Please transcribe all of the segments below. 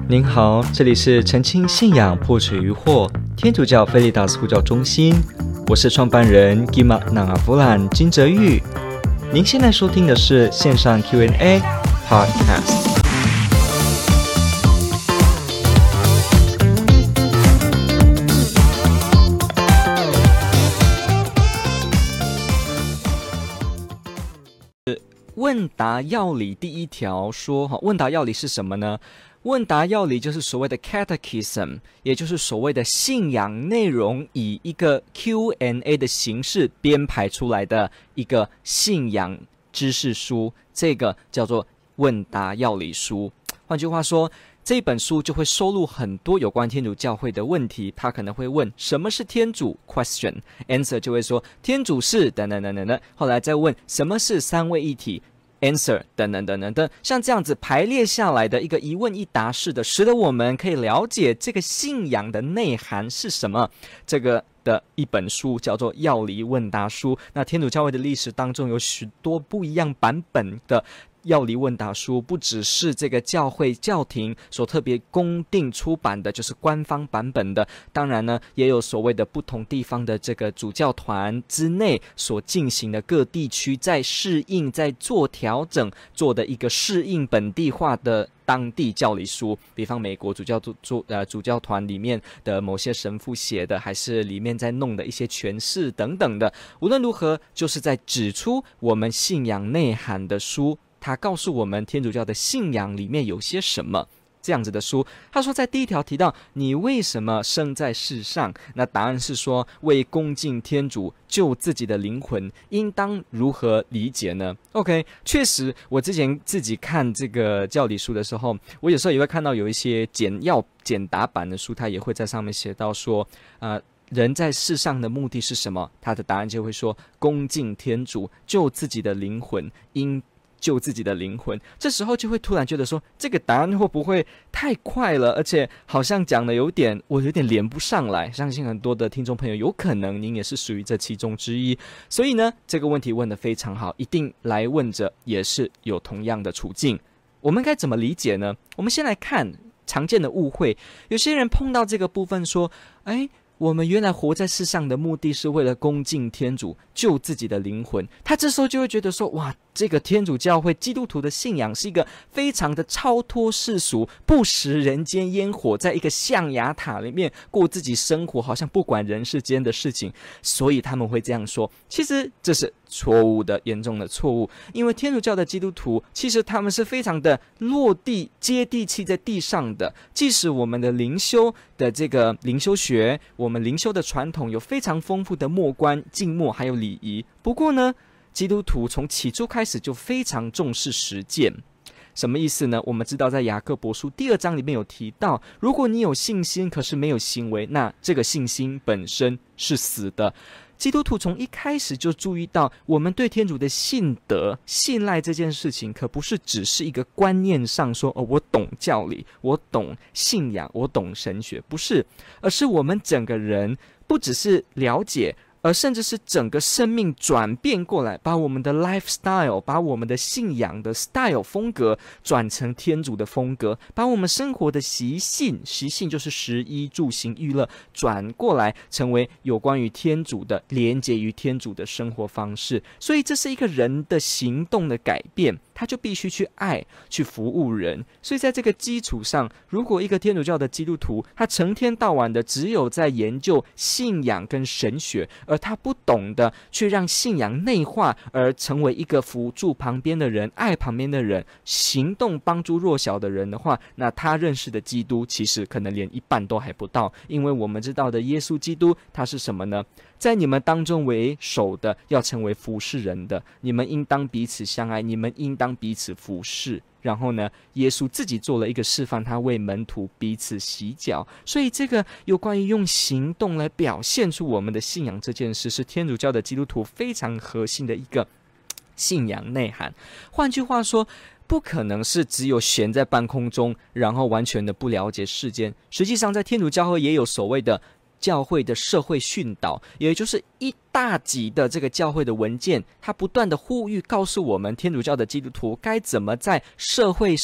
您好，这里是澄清信仰破除疑惑天主教菲利达斯呼叫中心，我是创办人 Gima Nangavulan 金哲玉。您现在收听的是线上 Q&A Podcast。问答要理第一条说，问答要理是什么呢？问答要理就是所谓的 catechism， 也就是所谓的信仰内容以一个 Q&A 的形式编排出来的一个信仰知识书，这个叫做问答要理书。换句话说，这本书就会收录很多有关天主教会的问题，他可能会问什么是天主 question， answer 就会说天主是等等等等等，后来再问什么是三位一体answer 等等等等等，像这样子排列下来的一个一问一答式的，使得我们可以了解这个信仰的内涵是什么。这个的一本书叫做要理问答书。那天主教会的历史当中有许多不一样版本的要理问答书，不只是这个教会教廷所特别公定出版的，就是官方版本的，当然呢也有所谓的不同地方的这个主教团之内所进行的各地区在适应在做调整做的一个适应本地化的当地教理书，比方美国主教团里面的某些神父写的，还是里面在弄的一些诠释等等的，无论如何就是在指出我们信仰内涵的书，他告诉我们天主教的信仰里面有些什么这样子的书。他说在第一条提到你为什么生在世上，那答案是说为恭敬天主救自己的灵魂，应当如何理解呢？ OK， 确实我之前自己看这个教理书的时候，我有时候也会看到有一些简答版的书，他也会在上面写到说人在世上的目的是什么，他的答案就会说恭敬天主救自己的灵魂，应救自己的灵魂。这时候就会突然觉得说，这个答案会不会太快了，而且好像讲的我有点连不上来。相信很多的听众朋友有可能您也是属于这其中之一，所以呢这个问题问得非常好，一定来问者也是有同样的处境。我们该怎么理解呢？我们先来看常见的误会。有些人碰到这个部分说，我们原来活在世上的目的是为了恭敬天主救自己的灵魂，他这时候就会觉得说，哇，这个天主教会基督徒的信仰是一个非常的超脱世俗，不食人间烟火，在一个象牙塔里面过自己生活，好像不管人世间的事情，所以他们会这样说。其实这是错误的，严重的错误。因为天主教的基督徒其实他们是非常的落地接地气在地上的，即使我们的灵修的这个灵修学，我们灵修的传统有非常丰富的默观、静默还有礼仪，不过呢基督徒从起初开始就非常重视实践。什么意思呢？我们知道在雅各伯书第2章里面有提到，如果你有信心可是没有行为，那这个信心本身是死的。基督徒从一开始就注意到，我们对天主的信德、信赖这件事情，可不是只是一个观念上说，我懂教理，我懂信仰，我懂神学，不是，而是我们整个人不只是了解，而甚至是整个生命转变过来，把我们的 lifestyle， 把我们的信仰的 style 风格转成天主的风格，把我们生活的习性就是食衣住行娱乐，转过来成为有关于天主的，连结于天主的生活方式。所以这是一个人的行动的改变，他就必须去爱，去服务人。所以在这个基础上，如果一个天主教的基督徒，他成天到晚的只有在研究信仰跟神学，而他不懂得去让信仰内化，而成为一个辅助旁边的人、爱旁边的人、行动帮助弱小的人的话，那他认识的基督其实可能连一半都还不到。因为我们知道的耶稣基督他是什么呢？在你们当中为首的要成为服侍人的，你们应当彼此相爱，你们应当彼此服侍。然后呢，耶稣自己做了一个示范，他为门徒彼此洗脚。所以这个有关于用行动来表现出我们的信仰这件事，是天主教的基督徒非常核心的一个信仰内涵。换句话说，不可能是只有悬在半空中，然后完全的不了解世间。实际上在天主教会也有所谓的教会的社会训导，也就是一大集的这个教会的文件，它不断的呼吁告诉我们天主教的基督徒该怎么在社会上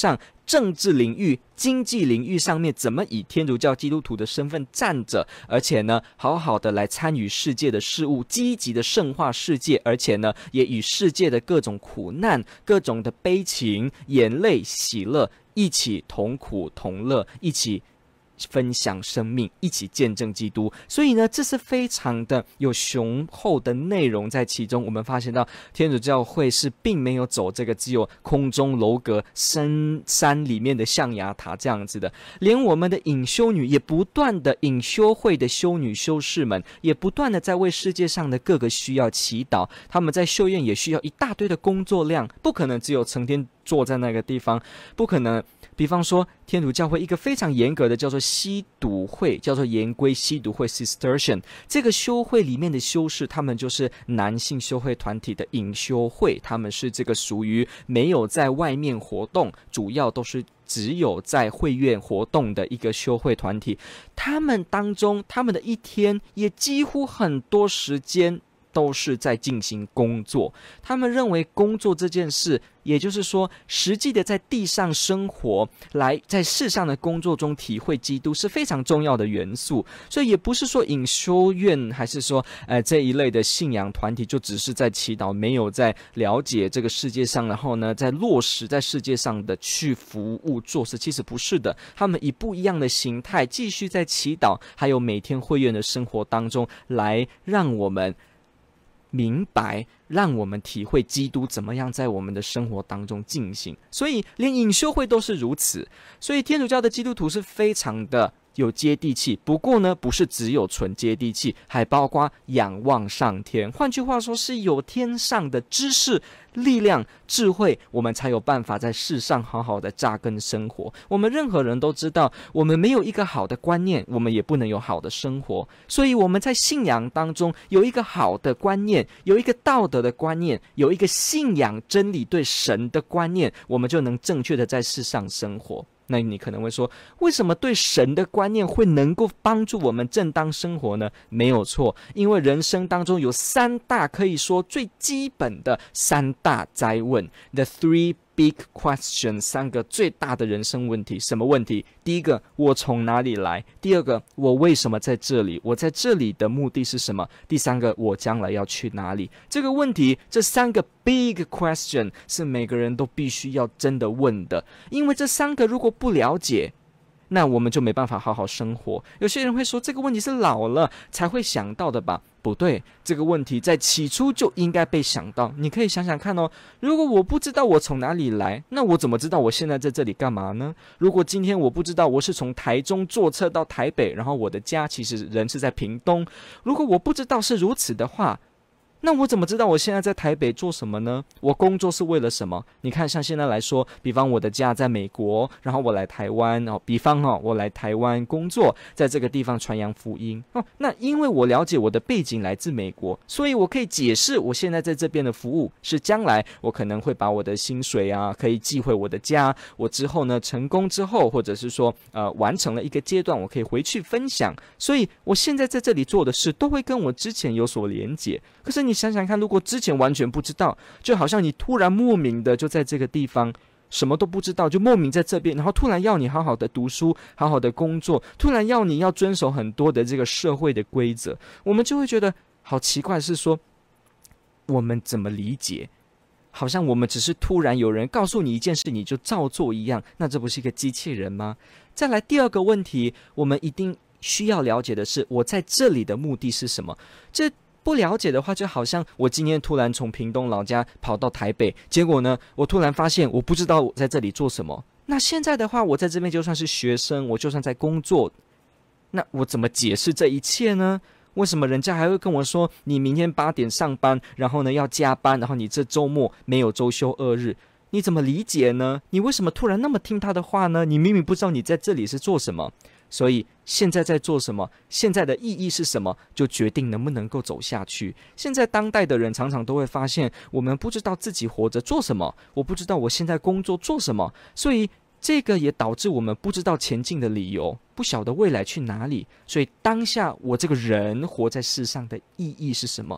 政治领域、经济领域上面怎么以天主教基督徒的身份站着，而且呢，好好的来参与世界的事物，积极的圣化世界，而且呢，也与世界的各种苦难、各种的悲情、眼泪、喜乐一起同苦同乐，一起分享生命，一起见证基督。所以呢，这是非常的有雄厚的内容在其中。我们发现到天主教会是并没有走这个只有空中楼阁、深山里面的象牙塔这样子的，连我们的隐修女也不断的，隐修会的修女修士们也不断的在为世界上的各个需要祈祷。他们在修院也需要一大堆的工作量，不可能只有成天坐在那个地方，不可能。比方说天主教会一个非常严格的叫做吸毒会，叫做严规吸毒会 Cistercian， 这个修会里面的修士，他们就是男性修会团体的隐修会，他们是这个属于没有在外面活动，主要都是只有在会院活动的一个修会团体。他们当中，他们的一天也几乎很多时间都是在进行工作。他们认为工作这件事，也就是说实际的在地上生活，来在世上的工作中体会基督是非常重要的元素。所以也不是说隐修院还是说这一类的信仰团体就只是在祈祷，没有在了解这个世界上，然后呢在落实在世界上的去服务做事。其实不是的，他们以不一样的形态继续在祈祷，还有每天会院的生活当中，来让我们明白，让我们体会基督怎么样在我们的生活当中进行。所以连隐修会都是如此。所以天主教的基督徒是非常的有接地气，不过呢，不是只有纯接地气，还包括仰望上天。换句话说，是有天上的知识、力量、智慧，我们才有办法在世上好好的扎根生活。我们任何人都知道，我们没有一个好的观念，我们也不能有好的生活。所以我们在信仰当中有一个好的观念，有一个道德的观念，有一个信仰真理对神的观念，我们就能正确的在世上生活。那你可能会说，为什么对神的观念会能够帮助我们正当生活呢？没有错，因为人生当中有三大，可以说最基本的三大哉问 ，the three big question， 三个最大的人生问题。什么问题？第一个，我从哪里来？第二个，我为什么在这里？我在这里的目的是什么？第三个，我将来要去哪里？这个问题，这三个 big question 是每个人都必须要真的问的，因为这三个如果不了解，那我们就没办法好好生活。有些人会说，这个问题是老了才会想到的吧？不对，这个问题在起初就应该被想到。你可以想想看哦，如果我不知道我从哪里来，那我怎么知道我现在在这里干嘛呢？如果今天我不知道我是从台中坐车到台北，然后我的家其实人是在屏东，如果我不知道是如此的话，那我怎么知道我现在在台北做什么呢？我工作是为了什么？你看，像现在来说，比方我的家在美国，然后我来台湾比方我来台湾工作，在这个地方传扬福音那因为我了解我的背景来自美国，所以我可以解释我现在在这边的服务是将来我可能会把我的薪水可以寄回我的家，我之后呢成功之后，或者是说完成了一个阶段，我可以回去分享，所以我现在在这里做的事都会跟我之前有所连结。可是你想想看，如果之前完全不知道，就好像你突然莫名的就在这个地方什么都不知道，就莫名在这边，然后突然要你好好的读书，好好的工作，突然要你要遵守很多的这个社会的规则，我们就会觉得好奇怪，是说我们怎么理解？好像我们只是突然有人告诉你一件事，你就照做一样，那这不是一个机器人吗？再来第二个问题，我们一定需要了解的是，我在这里的目的是什么？这不了解的话，就好像我今天突然从屏东老家跑到台北，结果呢，我突然发现我不知道我在这里做什么。那现在的话，我在这边就算是学生，我就算在工作，那我怎么解释这一切呢？为什么人家还会跟我说，你明天8点上班，然后呢要加班，然后你这周末没有周休2日？你怎么理解呢？你为什么突然那么听他的话呢？你明明不知道你在这里是做什么。所以现在在做什么，现在的意义是什么，就决定能不能够走下去。现在当代的人常常都会发现，我们不知道自己活着做什么，我不知道我现在工作做什么，所以这个也导致我们不知道前进的理由，不晓得未来去哪里。所以当下我这个人活在世上的意义是什么？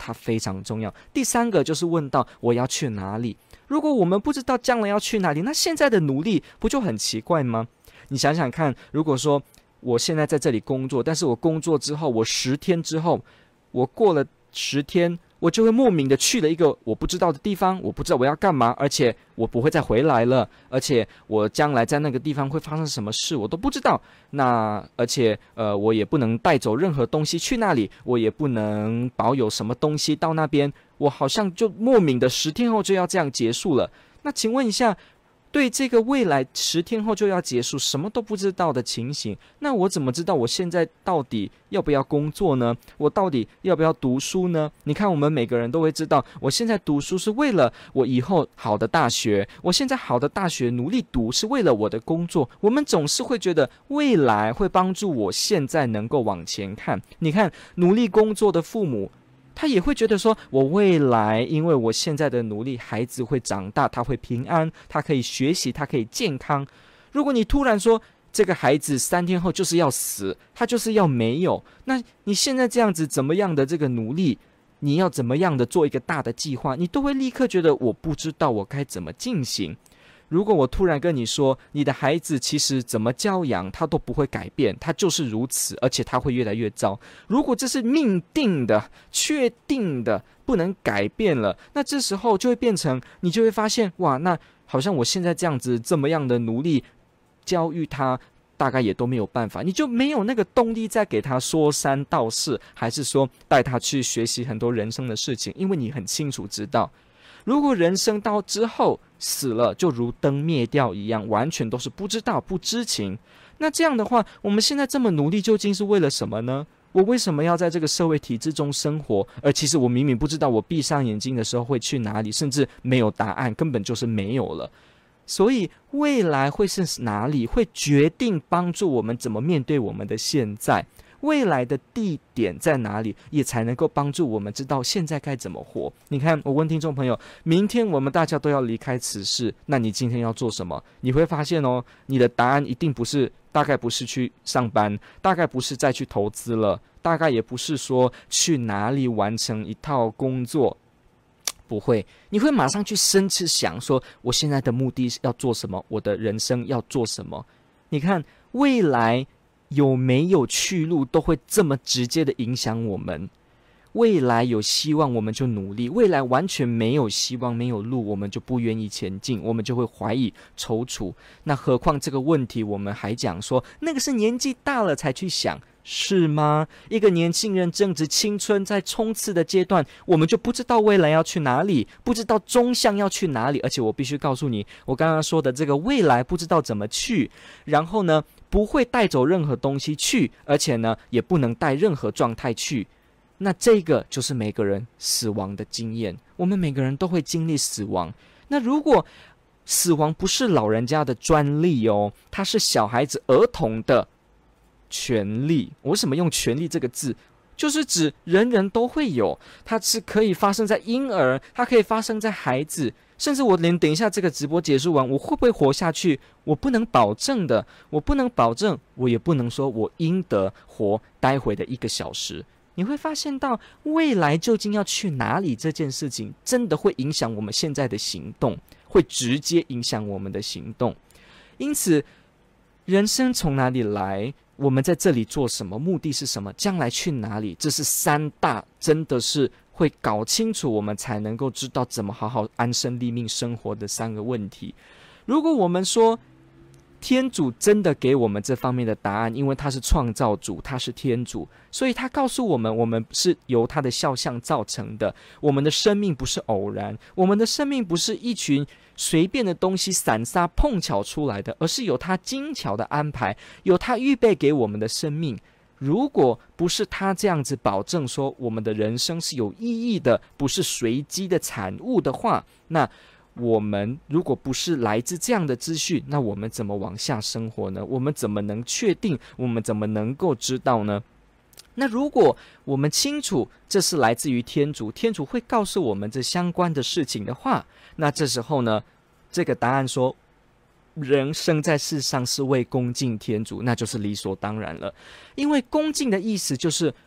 它非常重要。第三个就是问到我要去哪里。如果我们不知道将来要去哪里，那现在的努力不就很奇怪吗？你想想看，如果说我现在在这里工作，但是我工作之后，我10天之后，我过了10天，我就会莫名的去了一个我不知道的地方，我不知道我要干嘛，而且我不会再回来了，而且我将来在那个地方会发生什么事我都不知道。那而且我也不能带走任何东西去那里，我也不能保有什么东西到那边，我好像就莫名的10天后就要这样结束了。那请问一下，对这个未来10天后就要结束，什么都不知道的情形，那我怎么知道我现在到底要不要工作呢？我到底要不要读书呢？你看，我们每个人都会知道，我现在读书是为了我以后好的大学，我现在好的大学努力读是为了我的工作。我们总是会觉得未来会帮助我现在能够往前看。你看，努力工作的父母，他也会觉得说，我未来因为我现在的努力，孩子会长大，他会平安，他可以学习，他可以健康。如果你突然说这个孩子3天后就是要死，他就是要没有，那你现在这样子怎么样的这个努力，你要怎么样的做一个大的计划，你都会立刻觉得我不知道我该怎么进行。如果我突然跟你说，你的孩子其实怎么教养他都不会改变，他就是如此，而且他会越来越糟。如果这是命定的、确定的，不能改变了，那这时候就会变成，你就会发现，哇，那好像我现在这样子这么样的努力教育他，大概也都没有办法，你就没有那个动力再给他说三道四，还是说带他去学习很多人生的事情，因为你很清楚知道，如果人生到之后死了，就如灯灭掉一样，完全都是不知道、不知情。那这样的话，我们现在这么努力，究竟是为了什么呢？我为什么要在这个社会体制中生活？而其实我明明不知道，我闭上眼睛的时候会去哪里，甚至没有答案，根本就是没有了。所以未来会是哪里，会决定帮助我们怎么面对我们的现在。未来的地点在哪里，也才能够帮助我们知道现在该怎么活。你看，我问听众朋友，明天我们大家都要离开此世，那你今天要做什么？你会发现哦，你的答案一定不是，大概不是去上班，大概不是再去投资了，大概也不是说去哪里完成一套工作，不会，你会马上去深思想说，我现在的目的要做什么，我的人生要做什么。你看，未来有没有去路都会这么直接的影响我们。未来有希望我们就努力，未来完全没有希望没有路，我们就不愿意前进，我们就会怀疑踌躇。那何况这个问题我们还讲说那个是年纪大了才去想，是吗？一个年轻人正值青春在冲刺的阶段，我们就不知道未来要去哪里，不知道终向要去哪里。而且我必须告诉你，我刚刚说的这个未来不知道怎么去，然后呢不会带走任何东西去，而且呢也不能带任何状态去。那这个就是每个人死亡的经验，我们每个人都会经历死亡。那如果死亡不是老人家的专利哦，它是小孩子儿童的权利。为什么用权利这个字？就是指人人都会有，它是可以发生在婴儿，它可以发生在孩子，甚至我连等一下这个直播结束完，我会不会活下去，我不能保证的，我不能保证，我也不能说我应得活待会的1个小时。你会发现到未来究竟要去哪里这件事情，真的会影响我们现在的行动，会直接影响我们的行动。因此，人生从哪里来，我们在这里做什么，目的是什么，将来去哪里，这是3大真的是会搞清楚我们才能够知道怎么好好安身立命生活的3个问题。如果我们说天主真的给我们这方面的答案，因为他是创造主，他是天主，所以他告诉我们，我们是由他的肖像造成的，我们的生命不是偶然，我们的生命不是一群随便的东西散沙碰巧出来的，而是有他精巧的安排，有他预备给我们的生命。如果不是他这样子保证说我们的人生是有意义的，不是随机的产物的话，那我们如果不是来自这样的资讯，那我们怎么往下生活呢？我们怎么能确定？我们怎么能够知道呢？那如果我们清楚这是来自于天主，天主会告诉我们这相关的事情的话，那这时候呢，这个答案说人生在世上是为恭敬天主，那就是理所当然了。因为恭敬的意思就是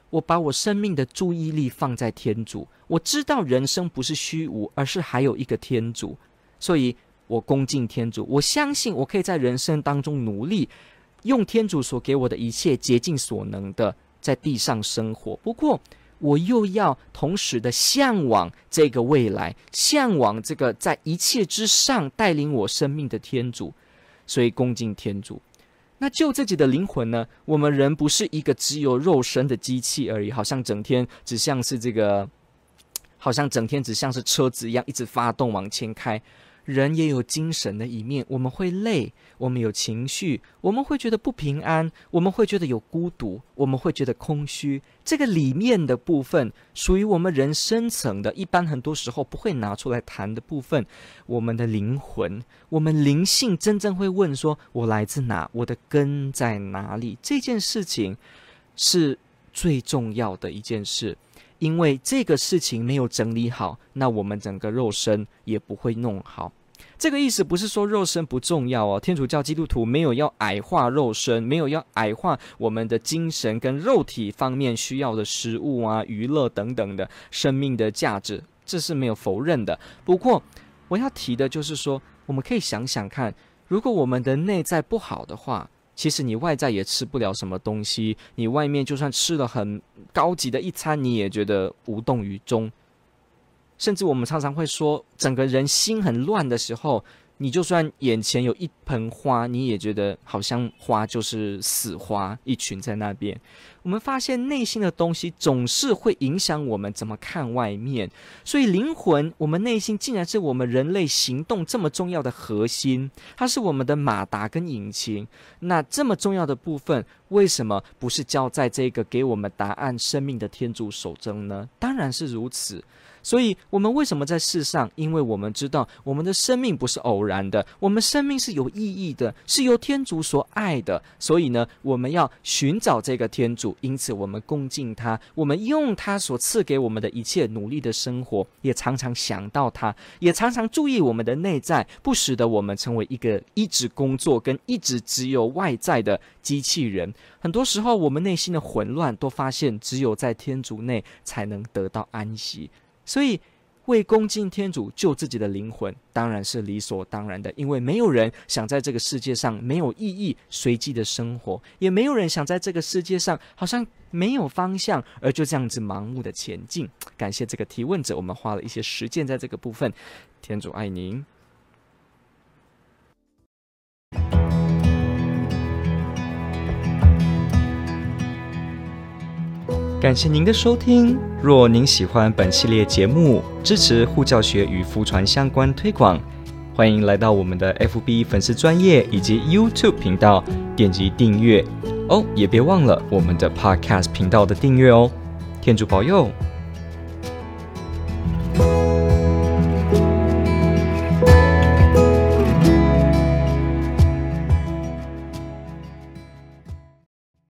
我把我生命的注意力放在天主，我知道人生不是虚无，而是还有一个天主，所以我恭敬天主，我相信我可以在人生当中努力，用天主所给我的一切竭尽所能的在地上生活。不过我又要同时的向往这个未来，向往这个在一切之上带领我生命的天主，所以恭敬天主。那救自己的灵魂呢？我们人不是一个只有肉身的机器而已，好像整天只像是车子一样一直发动往前开。人也有精神的一面，我们会累，我们有情绪，我们会觉得不平安，我们会觉得有孤独，我们会觉得空虚。这个里面的部分属于我们人深层的，一般很多时候不会拿出来谈的部分，我们的灵魂，我们灵性真正会问说，我来自哪？我的根在哪里？这件事情是最重要的一件事，因为这个事情没有整理好，那我们整个肉身也不会弄好。这个意思不是说肉身不重要哦，天主教基督徒没有要矮化肉身，没有要矮化我们的精神跟肉体方面需要的食物啊、娱乐等等的生命的价值，这是没有否认的。不过我要提的就是说，我们可以想想看，如果我们的内在不好的话，其实你外在也吃不了什么东西，你外面就算吃了很高级的一餐，你也觉得无动于衷。甚至我们常常会说，整个人心很乱的时候，你就算眼前有一盆花，你也觉得好像花就是死花一群在那边。我们发现内心的东西总是会影响我们怎么看外面，所以灵魂，我们内心竟然是我们人类行动这么重要的核心，它是我们的马达跟引擎。那这么重要的部分，为什么不是交在这个给我们答案生命的天主手中呢？当然是如此。所以我们为什么在世上？因为我们知道我们的生命不是偶然的，我们生命是有意义的，是由天主所爱的。所以呢，我们要寻找这个天主，因此我们恭敬他，我们用他所赐给我们的一切努力的生活，也常常想到他，也常常注意我们的内在，不使得我们成为一个一直工作跟一直只有外在的机器人。很多时候我们内心的混乱，都发现只有在天主内才能得到安息。所以为恭敬天主救自己的灵魂当然是理所当然的，因为没有人想在这个世界上没有意义随机的生活，也没有人想在这个世界上好像没有方向而就这样子盲目的前进。感谢这个提问者，我们花了一些时间在这个部分。天主爱您。感谢您的收听。若您喜欢本系列节目，支持护教学与福传相关推广，欢迎来到我们的 FB 粉丝专页以及 YouTube 频道点击订阅哦，也别忘了我们的 Podcast 频道的订阅哦。天主保佑。